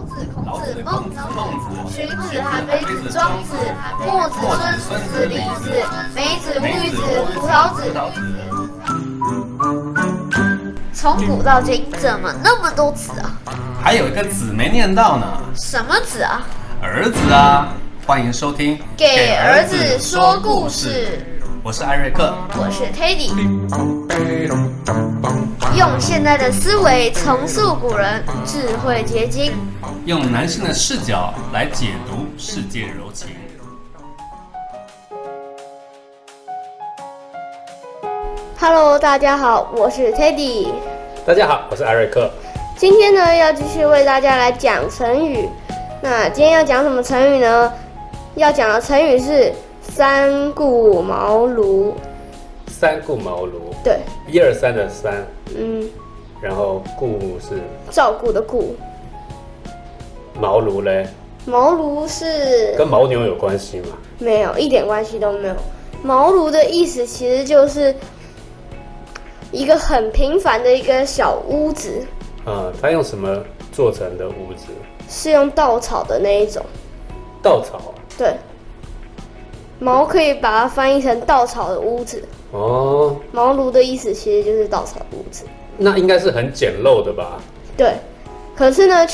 老子、孟子、荀子、韩非子、庄子、墨子、孙子、李子、梅子、木子、葡萄子。从古到今，怎么那么多子啊？ 还有一个子没念到呢。 什么子啊？ 儿子啊！欢迎收听《 给儿子说故事》。 我是艾瑞克， 我是 Teddy。用现代的思维重塑古人智慧结晶， 用男性的视角来解读世界柔情。 Hello， 大家好，我是 Teddy。 大家好，我是艾瑞克。 今天呢，要继续为大家来讲成语。那今天要讲什么成语呢？要讲的成语是三顾茅庐。 三顾茅庐， 对 ，1、2、3的3，然后顾是照顾的顾。 茅庐嘞， 茅庐是跟牦牛有关系吗？ 没有，一点关系都没有。茅庐的意思其实就是一个很平凡的一个小屋子。 它用什么做成的屋子？ 是用稻草的那一种。 稻草。 对，茅可以把它翻译成稻草的屋子。 哦， 茅庐的意思其实就是稻草的屋子。 那应该是很简陋的吧？ 对，可是呢，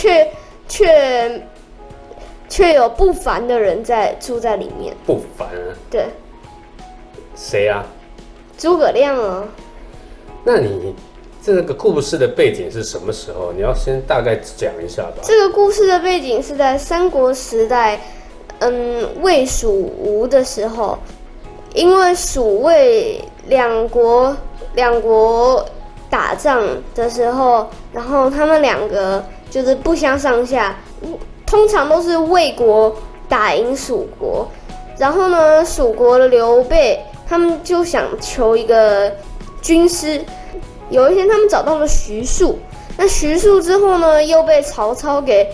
却有不凡的人住在里面。 不凡啊？ 对。 谁啊？ 诸葛亮啊。那你这个故事的背景是什么时候？你要先大概讲一下吧。 这个故事的背景是在三国时代，魏蜀吴的时候，因为蜀魏两国打仗的时候，然后他们两个就是不相上下，通常都是魏国打赢蜀国，然后呢，蜀国的刘备他们就想求一个军师。有一天，他们找到了徐庶。那徐庶之后呢，又被曹操给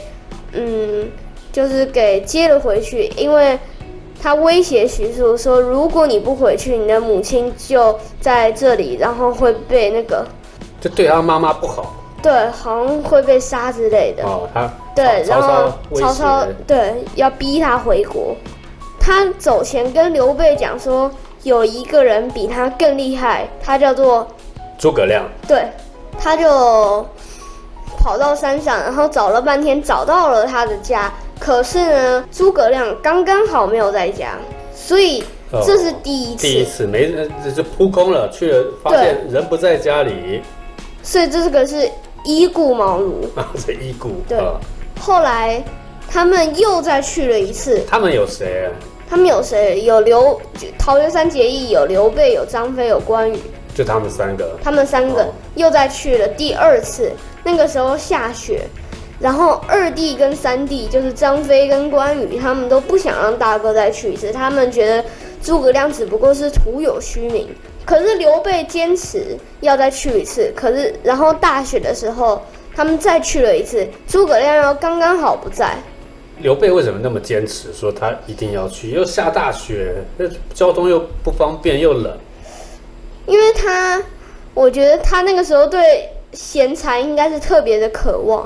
接了回去，因为他威胁徐庶说，如果你不回去，你的母亲就在这里，然后会被就对他妈妈不好。 对，好像会被杀之类的。对，然后曹操对要逼他回国。他走前跟刘备讲说，有一个人比他更厉害，他叫做诸葛亮。 对，他就跑到山上，然后找了半天，找到了他的家。可是呢，诸葛亮刚刚好没有在家，所以这是第一次。 第一次没人就扑空了，去了发现人不在家里， 所以这个是一顾茅庐啊，是一顾。 对，后来他们又再去了一次。 他们有谁？ 有桃园三结义，有刘备，有张飞，有关羽。 就他们三个。 他们三个又再去了第二次，那个时候下雪。然后二弟跟三弟，就是张飞跟关羽，他们都不想让大哥再去一次，他们觉得诸葛亮只不过是徒有虚名。可是刘备坚持要再去一次，然后大雪的时候，他们再去了一次，诸葛亮又刚刚好不在。 刘备为什么那么坚持，说他一定要去？又下大雪，交通又不方便，又冷。 因为我觉得他那个时候对贤才应该是特别的渴望。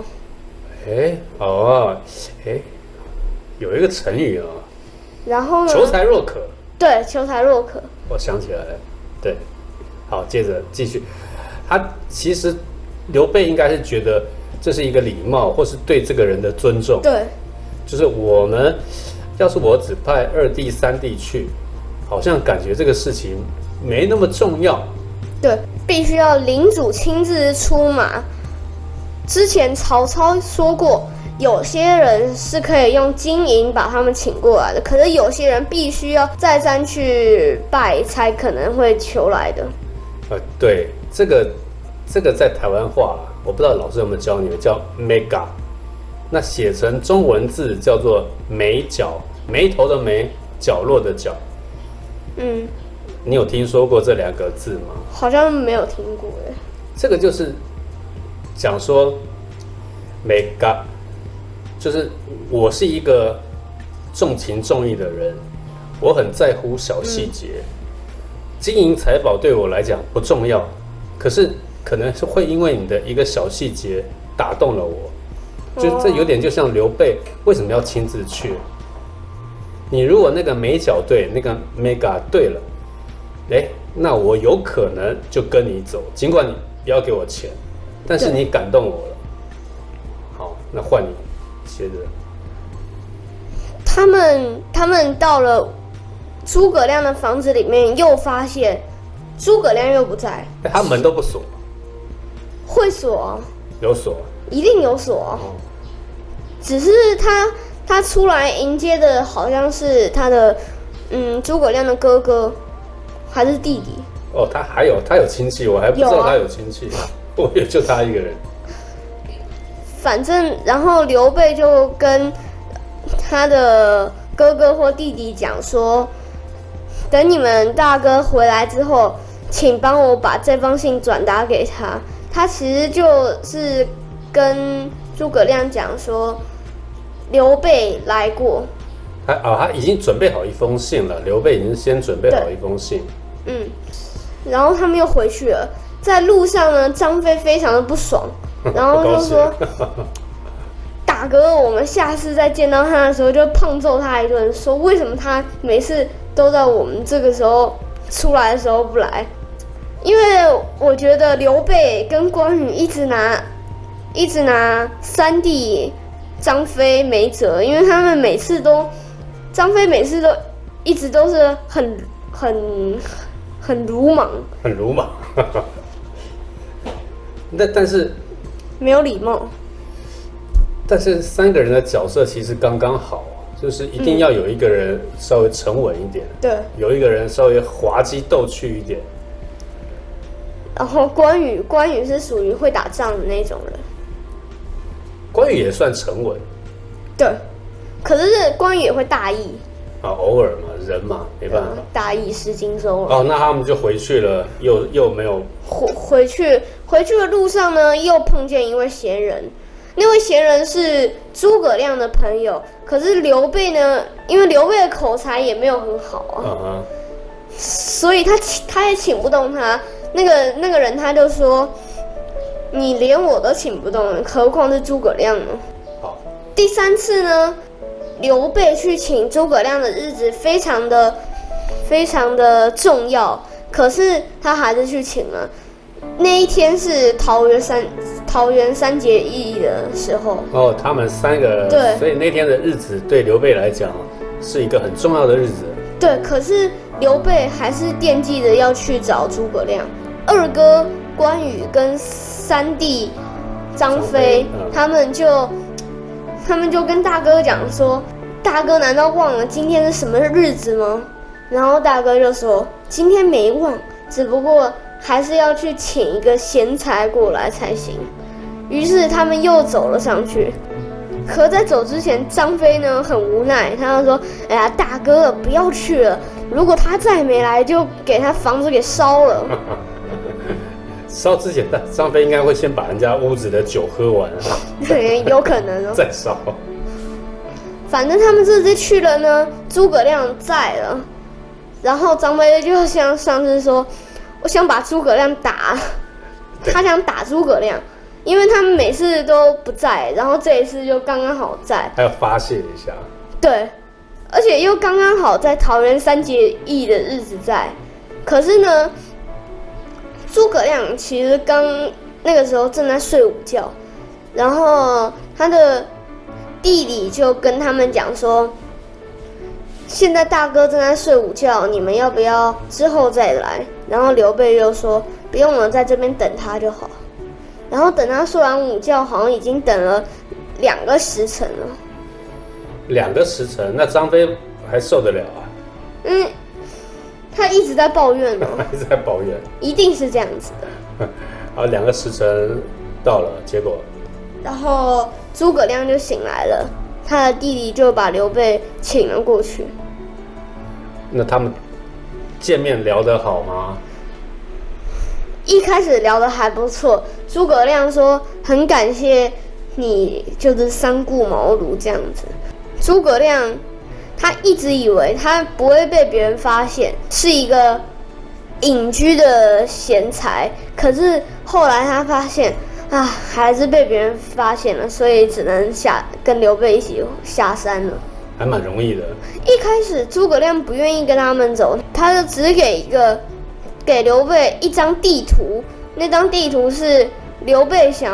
有一个成语啊。 然后呢？ 求才若渴。 对，求才若渴。 我想起来了，对。好，接着继续。他其实刘备应该是觉得这是一个礼貌，或是对这个人的尊重。 对。就是要是我只派二弟、三弟去，好像感觉这个事情没那么重要。 对，必须要领主亲自出马。之前曹操说过，有些人是可以用金银把他们请过来的，可是有些人必须要再三去拜才可能会求来的。 对，这个在台湾话，我不知道老师有没有教你们，叫 mega。那写成中文字叫做眉角，眉头的眉，角落的角。你有听说过这两个字吗？ 好像没有听过耶。 这个就是讲说，mega，就是我是一个重情重义的人，我很在乎小细节。金银财宝对我来讲不重要，可是可能是会因为你的一个小细节打动了我。 就这有点就像刘备为什么要亲自去？你如果那个美角对那个 Mega 对了，那我有可能就跟你走，尽管你不要给我钱，但是你感动我了。好，那换你接着。 他们到了诸葛亮的房子里面，又发现诸葛亮又不在。 他门都不锁， 会锁， 有锁， 一定有锁。只是他出来迎接的好像是他的诸葛亮的哥哥还是弟弟。 哦，他有亲戚，我还不知道他有亲戚，我也就他一个人。 反正然后刘备就跟他的哥哥或弟弟讲说，等你们大哥回来之后，请帮我把这封信转达给他。他其实就是跟诸葛亮讲说，刘备来过。 他已经准备好一封信了，刘备已经先准备好一封信。 然后他们又回去了，在路上呢，张飞非常的不爽，然后就说大哥，我们下次再见到他的时候就胖揍他一顿，说为什么他每次都在我们这个时候出来的时候不来。因为我觉得刘备跟关羽一直拿三弟张飞没辙，因为他们张飞每次都一直都是很鲁莽， 很鲁莽。但是没有礼貌。 但是三个人的角色其实刚刚好，就是一定要有一个人稍微沉稳一点， 对， 有一个人稍微滑稽逗趣一点。 然后关羽是属于会打仗的那种人， 关羽也算沉稳， 对，可是关羽也会大意啊，偶尔嘛，人嘛，没办法， 大意失荆州了。 哦，那他们就回去了，又没有回去的路上呢，又碰见一位闲人。那位闲人是诸葛亮的朋友，可是刘备呢，因为刘备的口才也没有很好啊，所以他也请不动他。那个人他就说，你连我都请不动，何况是诸葛亮呢？ 好， 第三次呢，刘备去请诸葛亮的日子非常的重要，可是他还是去请了。那一天是桃园三结义的时候。哦， 他们三个，对，所以那天的日子对刘备来讲是一个很重要的日子。 对，可是刘备还是惦记着要去找诸葛亮。二哥关羽跟三弟张飞，他们就跟大哥讲说，大哥难道忘了今天是什么日子吗？然后大哥就说，今天没忘，只不过还是要去请一个贤才过来才行。于是他们又走了上去。可在走之前，张飞呢很无奈，他就说：“哎呀，大哥不要去了，如果他再没来，就给他房子给烧了。” 烧之前，张飞应该会先把人家屋子的酒喝完啊。 对，有可能哦。 再烧。 反正他们这次去了呢，诸葛亮在了，然后张飞就像上次说，我想把诸葛亮打，他想打诸葛亮。因为他们每次都不在，然后这一次就刚刚好在， 还要发泄一下。 对，而且又刚刚好在桃园三结义的日子在。可是呢，诸葛亮其实那个时候正在睡午觉，然后他的弟弟就跟他们讲说，现在大哥正在睡午觉，你们要不要之后再来？然后刘备就说不用了，在这边等他就好。然后等他睡完午觉，好像已经等了2个时辰了。 2个时辰，那张飞还受得了啊？ 他一直在抱怨哦。 一直在抱怨。 一定是这样子的。 好，2个时辰到了，结果， 然后诸葛亮就醒来了，他的弟弟就把刘备请了过去。 那他们见面聊得好吗？ 一开始聊得还不错，诸葛亮说很感谢你，就是三顾茅庐这样子。诸葛亮他一直以为他不会被别人发现是一个隐居的贤才，可是后来他发现还是被别人发现了，所以只能跟刘备一起下山了。 还蛮容易的。 一开始诸葛亮不愿意跟他们走，他就只给刘备一张地图，那张地图是刘备想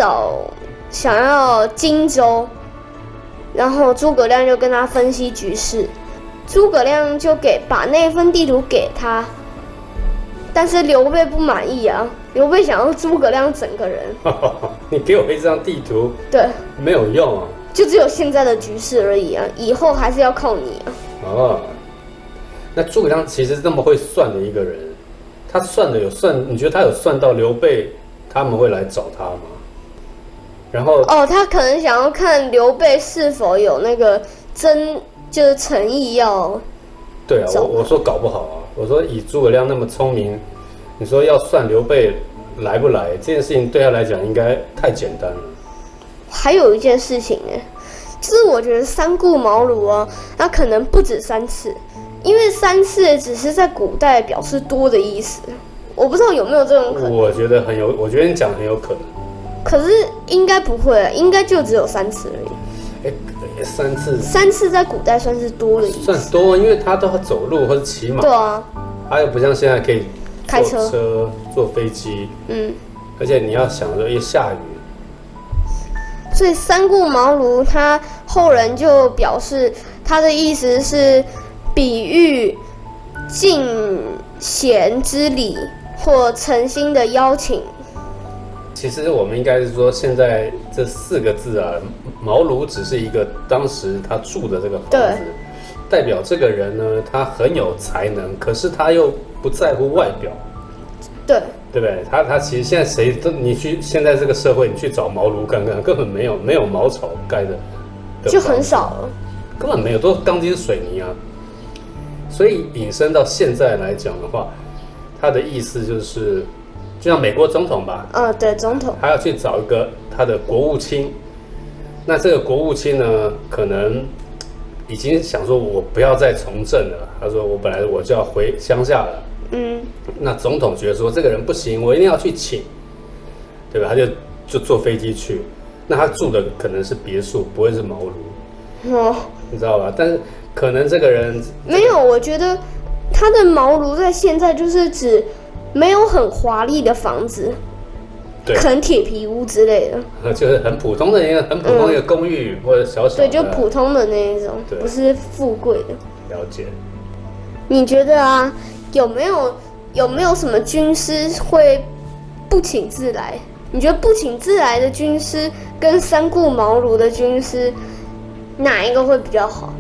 要荆州，然后诸葛亮就跟他分析局势，诸葛亮就把那份地图给他，但是刘备不满意啊，刘备想要诸葛亮整个人。 你给我一张地图， 对， 没有用啊， 就只有现在的局势而已啊，以后还是要靠你啊。 哦，那诸葛亮其实这么会算的一个人，他算的有算，你觉得他有算到刘备他们会来找他吗？然后他可能想要看刘备是否有那个就是诚意要。 对啊，我说搞不好啊，我说以诸葛亮那么聪明，你说要算刘备来不来这件事情，对他来讲应该太简单了。 还有一件事情呢，就是我觉得三顾茅庐啊，它可能不止3次，因为3次只是在古代表示多的意思。我不知道有没有这种可能。 我觉得我觉得你讲很有可能。 可是应该不会，应该就只有3次而已。3次在古代算是多的意思。 算多，因为他都要走路或者骑马。 对啊。 他又不像现在可以开车、坐飞机。而且你要想着一下雨。 所以三顾茅庐，他后人就表示他的意思是比喻进贤之礼或诚心的邀请。 其实我们应该是说，现在这4个字啊，茅庐只是一个当时他住的这个房子，代表这个人呢，他很有才能，可是他又不在乎外表，对不对？他其实现在你去现在这个社会，你去找茅庐看看，根本没有茅草盖的就很少了， 根本没有，都是钢筋水泥啊。所以引申到现在来讲的话，他的意思就是。就像美国总统吧， 对，总统， 他要去找一个他的国务卿。那这个国务卿呢，可能已经想说，我不要再从政了。他说，我本来我就要回乡下了。那总统觉得说，这个人不行，我一定要去请，对吧？他就坐飞机去。那他住的可能是别墅，不会是茅庐。你知道吧？但是可能这个人没有，我觉得他的茅庐在现在就是指。没有很华丽的房子，可能铁皮屋之类的， 就是很普通的一个公寓或者小小的， 对，就普通的那一种，不是富贵的。 了解。 你觉得啊，有没有什么军师会不请自来？你觉得不请自来的军师跟三顾茅庐的军师，哪一个会比较好？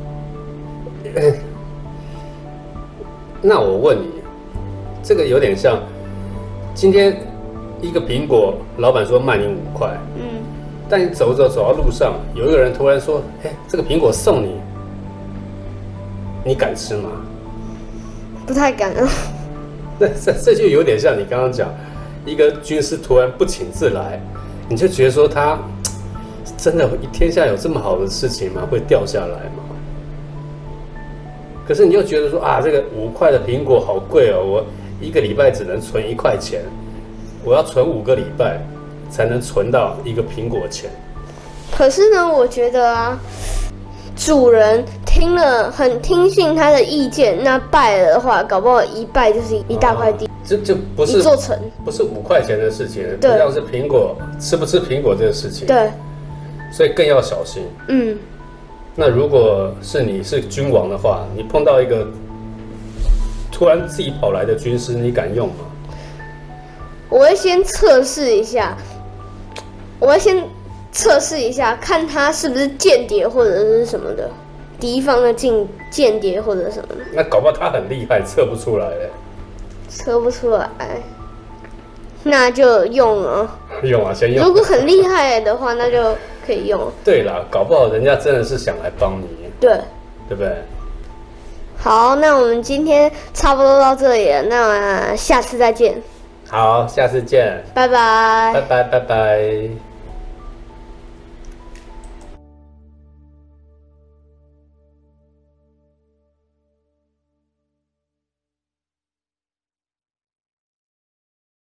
那我问你。这个有点像，今天一个苹果，老板说卖你5块，但你走到路上，有一个人突然说，这个苹果送你，你敢吃吗？ 不太敢啊。 这就有点像你刚刚讲，一个军师突然不请自来，你就觉得说他真的天下有这么好的事情吗？会掉下来吗？可是你又觉得说这个5块的苹果好贵哦，我1个礼拜只能存1块钱，我要存5个礼拜才能存到1个苹果钱。 可是呢，我觉得啊，主人很听信他的意见，那败了的话，搞不好一败就是一大块地， 就不是一座城， 不是5块钱的事情，不像是苹果吃不吃苹果这个事情。 对， 所以更要小心。那如果你是君王的话，你碰到一个突然自己跑来的军师，你敢用吗？ 我会先测试一下，看他是不是间谍或者是什么的，敌方的间谍或者什么的。 那搞不好他很厉害，测不出来嘞。 测不出来，那就用了。 用啊，先用。 如果很厉害的话，那就可以用。 对啦，搞不好人家真的是想来帮你。 对， 对不对？ 好，那我们今天差不多到这里了，那下次再见。 好，下次见。 拜拜。 拜拜。